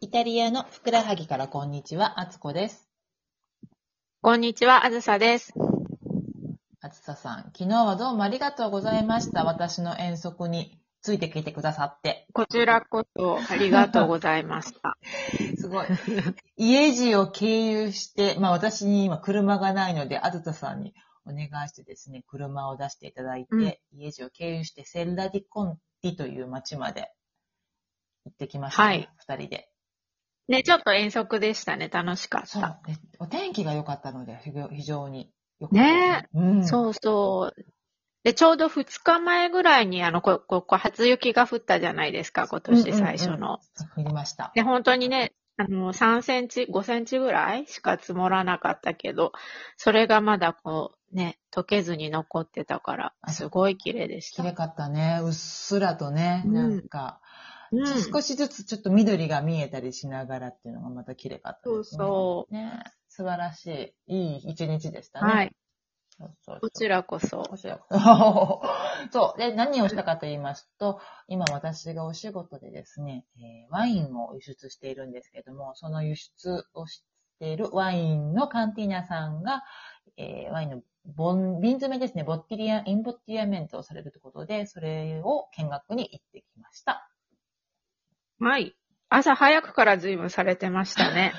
イタリアのふくらはぎからこんにちは、あつこです。 こんにちは、あずさです。 あつささん、昨日はどうもありがとうございました。私の遠足についてきてくださって。 こちらこそありがとうございました。 すごい。家路を経由して、私に今車がないので、あずささんにお願いしてですね、車を出していただいて、家路を経由してセッラディコンティという町まで行ってきましたね、 はい。 二人で。 ね、ちょっと遠足でしたね。楽しかった。 そう、お天気が良かったので、非常に良かったですね。 ね。 そうそう。で、ちょうど2日前ぐらいにここ初雪が降ったじゃないですか、今年最初の。 降りました。 で、本当にね、3センチ、5センチぐらいしか積もらなかったけど、それがまだ溶けずに残ってたから、すごい綺麗でした。 綺麗かったね。うっすらとね、少しずつちょっと緑が見えたりしながらっていうのがまた綺麗かったですね。 そうね、素晴らしい、いい一日でしたね。 はい。 そうこちらこそ。 そう。で、何をしたかと言いますと、今私がお仕事でですね、ワインを輸出しているんですけども、その輸出をしているワインのカンティーナさんが、ワインの瓶詰めですね、インボッティアメントをされるということで、それを見学に行ってきました。 はい。朝早くから随分されてましたね。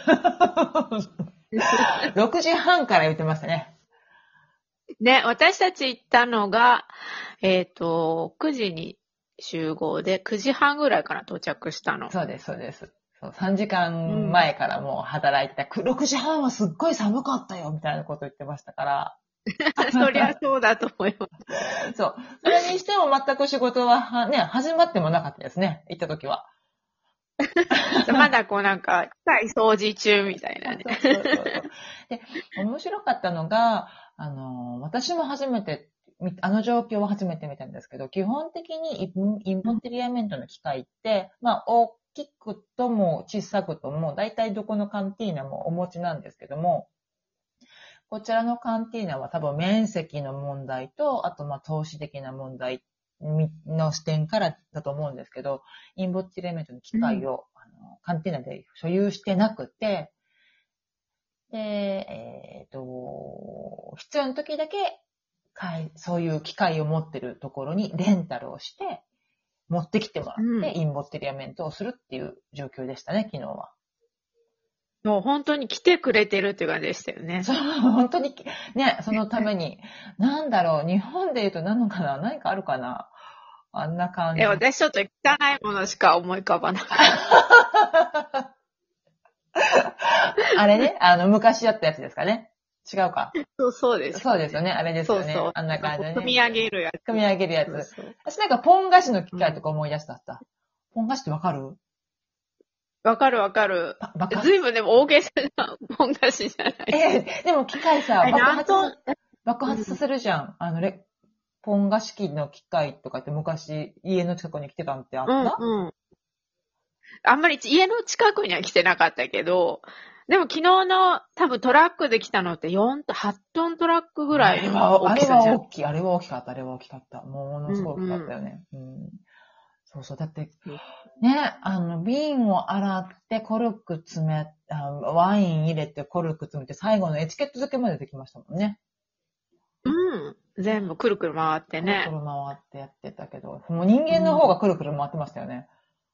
6時半から言ってましたね。 ね、私たち行ったのが、9時に集合で、9時半ぐらいから到着したの。 そうです。そう3時間前からもう働いてた。6時半はすっごい寒かったよ、みたいなこと言ってましたから。 そりゃそうだと思います。そう。それにしても全く仕事は始まってもなかったですね。行った時は。 まだ機械掃除中みたいなね。 で、面白かったのが、私も初めて、状況は初めて見たんですけど、基本的にインポテリアメントの機械って、大きくとも小さくとも、大体どこのカンティーナもお持ちなんですけども、こちらのカンティーナは多分面積の問題と、あと投資的な問題の視点からだと思うんですけど、インボッティレメントの機械を、カンティーナで所有してなくて、で、必要な時だけ、そういう機械を持ってるところにレンタルをして、持ってきてもらって、インボッテリアメントをするっていう状況でしたね、昨日は。 もう本当に来てくれてるっていう感じでしたよね。 そう、本当に、ね、そのために、日本で言うと何かあるかなあんな感じ。 私ちょっと汚いものしか思い浮かばない。 あれね、昔やったやつですかね。違うか。 そうです。 そうですよね。あれですよね。 そう。 あんな感じでね。 組み上げるやつ。 私ポン菓子の機械とか思い出した。ポン菓子ってわかる？ わかる。ずいぶんでも大げさなポン菓子じゃない。 でも機械さ、爆発させるじゃん。ポン菓子機の機械とかって昔家の近くに来てたんってあった？ あんまり家の近くには来てなかったけど、でも昨日の多分トラックで来たのって8トントラックぐらいの大きさじゃん。 あれは大きかった。ものすごい大きかったよね。そう。だって、ね、瓶を洗ってコルク詰め、ワイン入れてコルク詰めて最後のエチケット付けまでできましたもんね。 全部くるくる回ってね。 くるくる回ってやってたけど、もう人間の方がくるくる回ってましたよね。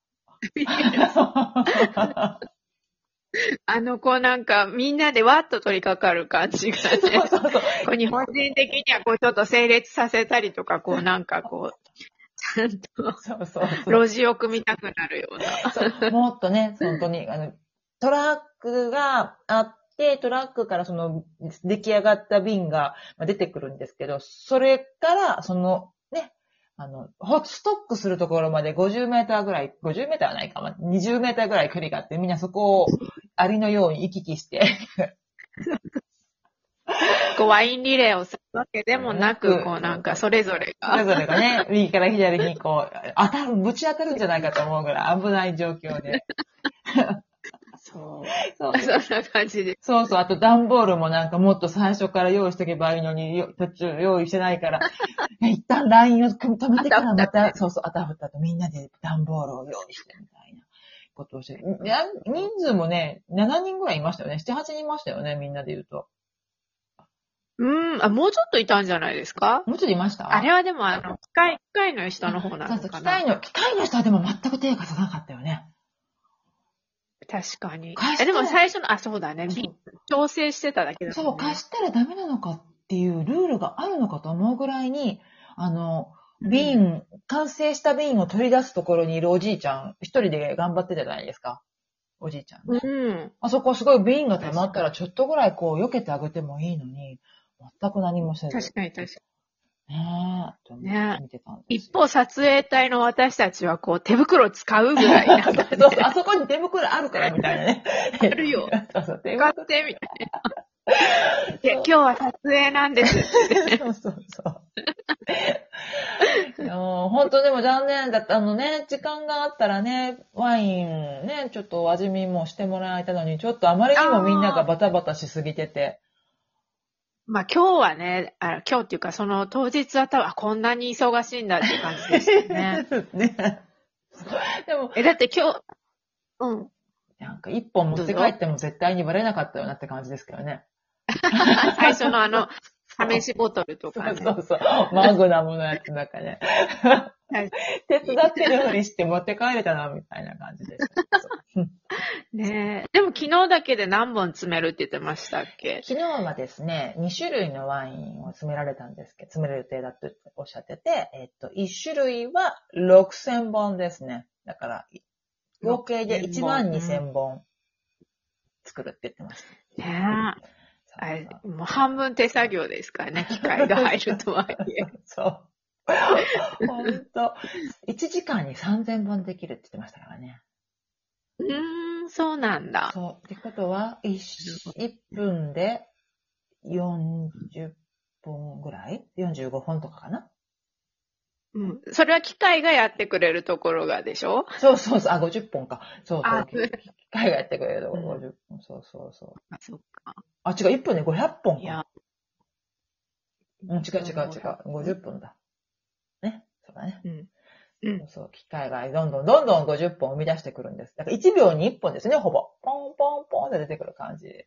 みんなでわっと取り掛かる感じがね。日本人的にはちょっと整列させたりとか、ちゃんと、路地を組みたくなるような。 もっとね、本当に、トラックがあって、トラックからその出来上がった瓶が出てくるんですけど、それからストックするところまで50メーターぐらい、50メーターはないか、20メーターぐらい距離があって、みんなそこをありのように行き来して。 ワインリレーをするわけでもなく、それぞれがね、右から左にぶち当たるんじゃないかと思うぐらい危ない状況で。 そんな感じで。 そう。あと段ボールももっと最初から用意しとけばいいのに、途中用意してないから、一旦ラインを止めてからまた、あたふたとみんなで段ボールを用意してみたいなことをして、いや、人数もね、7人ぐらいいましたよね。7、8人いましたよね、みんなで言うと。 もうちょっといたんじゃないですか？ もうちょっといました？ あれはでも機械の人の方なそうそう、 のかな。 機械の人はでも全く手が貸さなかったよね。 確かに。 貸したらでも最初の、そうだね。調整してただけだもんね。 そう、貸したらダメなのかっていうルールがあるのかと思うぐらいに、完成した瓶を取り出すところにいるおじいちゃん、一人で頑張ってたじゃないですか。おじいちゃんね。 うん。 あそこすごい瓶が溜まったらちょっとぐらいこう避けてあげてもいいのに、全く何もせず。 確かに確かねえ、と思って見てたんですよ。 一方、撮影隊の私たちはこう手袋使うぐらいなんか、ね、 そうそう、あそこに手袋あるからみたいなね。 あるよ。 そうそう、手使ってみたいな。今日は撮影なんですって。 そうそうそう。本当でも残念だった。時間があったらね、ワインね、ちょっと味見もしてもらえたのに、ちょっとあまりにもみんながバタバタしすぎてて。 まあ今日はね、今日っていうかその当日は多分、こんなに忙しいんだっていう感じでしたね。 ね。でも、 だって今日、うん。 なんか一本持って帰っても絶対にバレなかったよなって感じですけどね。 最初の試しボトルとかね。 そうそう。マグナムのやつなんかね。手伝ってるふりして持って帰れたな、みたいな感じでした。 ねえ。でも昨日だけで何本詰めるって言ってましたっけ？ 昨日はですね、2種類のワインを詰められたんですけど、詰める予定だとおっしゃってて、1種類は6000本ですね。だから、合計で12000本作るって言ってました。 ねえ。もう半分手作業ですからね、機械が入るとはいえ。 そう。ほんと。1時間に3000本できるって言ってましたからね。 そうなんだ。 そう。ってことは、1分で40本ぐらい ?45 本とかかな。 うん。それは機械がやってくれるところがでしょ？ そうそうそう。あ、50本か。そうそう。機機械がやってくれるところ、50本。そうそうそう。 そっか。 あ、違う。1分で500本か。 いや。 違う。50本だ。ね。そうだね。そう、機械がどんどん50本生み出してくるんです。だから1秒に1本ですね、ほぼ。ポンポンポンって出てくる感じ。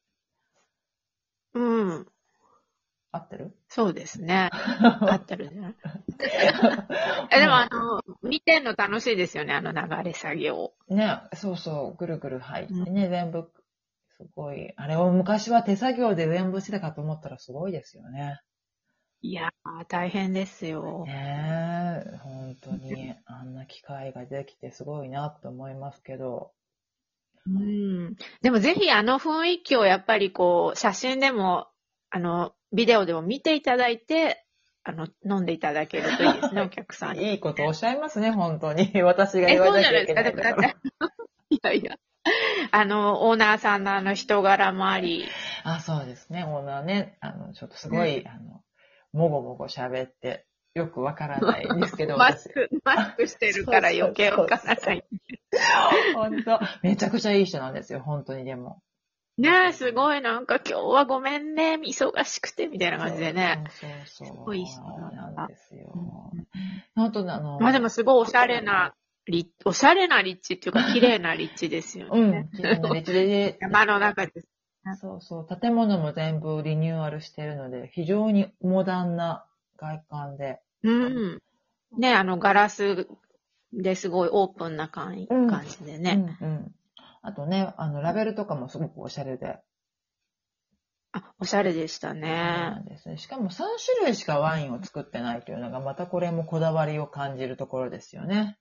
合ってる？ そうですね。合ってるね。でも見てんの楽しいですよね、流れ作業。 ね、そうそう、ぐるぐる入ってね、全部、すごい。あれを昔は手作業で全部してたかと思ったらすごいですよね。 いやー、大変ですよ。 ねえ、本当に、あんな機会ができてすごいなと思いますけど。 でもぜひ雰囲気をやっぱりこう、写真でも、ビデオでも見ていただいて、飲んでいただけるといいですね、お客さんに。 いいことおっしゃいますね、本当に。私が言わなきゃいけないんだから。 いやいや。オーナーさんの人柄もあり。 あ、そうですね、オーナーね、ちょっとすごい、もごもご喋って、よくわからないんですけど、 マスクしてるから余計わからない。 本当、めちゃくちゃいい人なんですよ、本当にでも。 ねえ、すごいなんか今日はごめんね、忙しくてみたいな感じでね。 そう。 すごいいい人なんですよ。本当にまあでもすごいおしゃれな立地っていうか綺麗な立地ですよね。 綺麗な立地で。 山の中です。 そうそう。建物も全部リニューアルしてるので、非常にモダンな外観で。 ね、ガラスですごいオープンな感じでね。 あとね、ラベルとかもすごくおしゃれで。 おしゃれでしたね。 そうなんですね。しかも3種類しかワインを作ってないというのが、またこれもこだわりを感じるところですよね。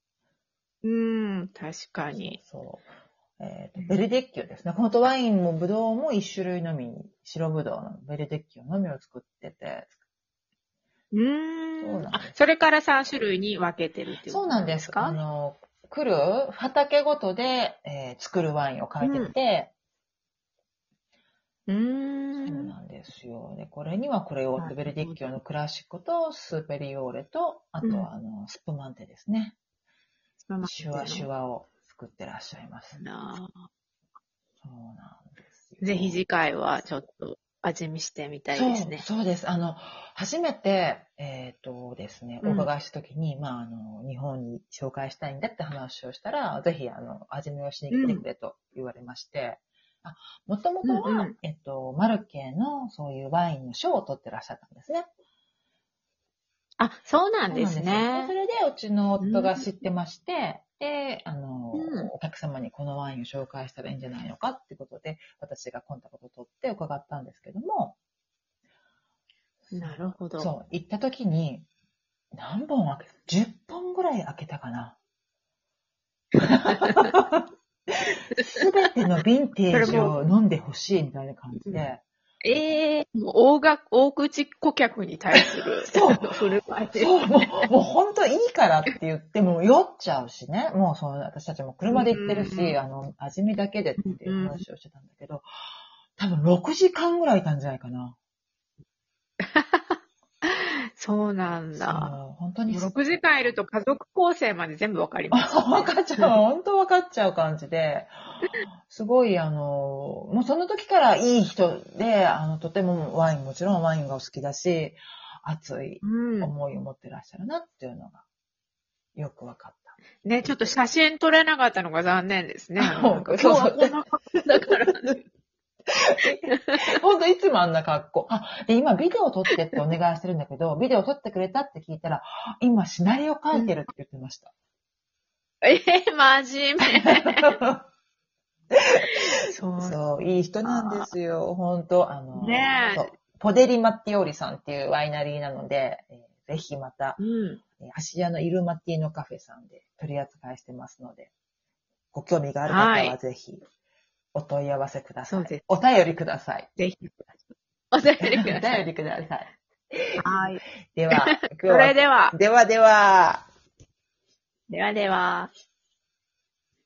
確かに。 ベルデッキオですね。本当ワインもブドウも1種類のみに、白ブドウのベルデッキオのみを作ってて。 それから3種類に分けてるっていうそうなんですか？来る畑ごとで、作るワインを書いてて、そうなんですよ。で、これにはこれを、ベルディッキオのクラシックとスーペリオーレと、あとはスプマンテですね。シュワを作ってらっしゃいます。そうなんですよ。 ぜひ次回はちょっと、 味見してみたいですね。 そうです。初めて、ですね、お伺いしたときに、日本に紹介したいんだって話をしたら、ぜひ、味見をしに来てくれと言われまして、もともとは、マルケのそういうワインの賞を取ってらっしゃったんですね。 そうなんですね。 それで、うちの夫が知ってまして、で、お客様にこのワインを紹介したらいいんじゃないのかってことで、私がコンタクトを取って伺ったんですけども、 なるほど。 そう、行った時に、何本開けた ?10 本ぐらい開けたかな。すべてのヴィンテージを飲んでほしいみたいな感じで。 もう大口顧客に対する振る舞いですね。 もう本当いいからって言っても酔っちゃうしね。もう私たちも車で行ってるし、味見だけでっていう話をしてたんだけど、多分6時間ぐらいいたんじゃないかな。 そうなんだ。 本当に。 6時間いると家族構成まで全部わかります、ね。 分かっちゃう。本当分かっちゃう感じで。すごい、もうその時からいい人で、とてももちろんワインがお好きだし、熱い思いを持ってらっしゃるなっていうのがよく分かった。 ね、ちょっと写真撮れなかったのが残念ですね。今日はこんな格好だから。 本当いつもあんな格好。で、今ビデオ撮ってってお願いしてるんだけど、ビデオ撮ってくれたって聞いたら、今シナリオ書いてるって言ってました。 真面目。 そう、いい人なんですよ。本当ねそうポデリ・マッティオーリさんっていうワイナリーなので、ぜひまた、芦屋のイルマティーノカフェさんで取り扱いしてますので、ご興味がある方はぜひお問い合わせください。お便りください。 ぜひ。お便りください。 お便りください。 はい。 では、 それでは。 では。 では。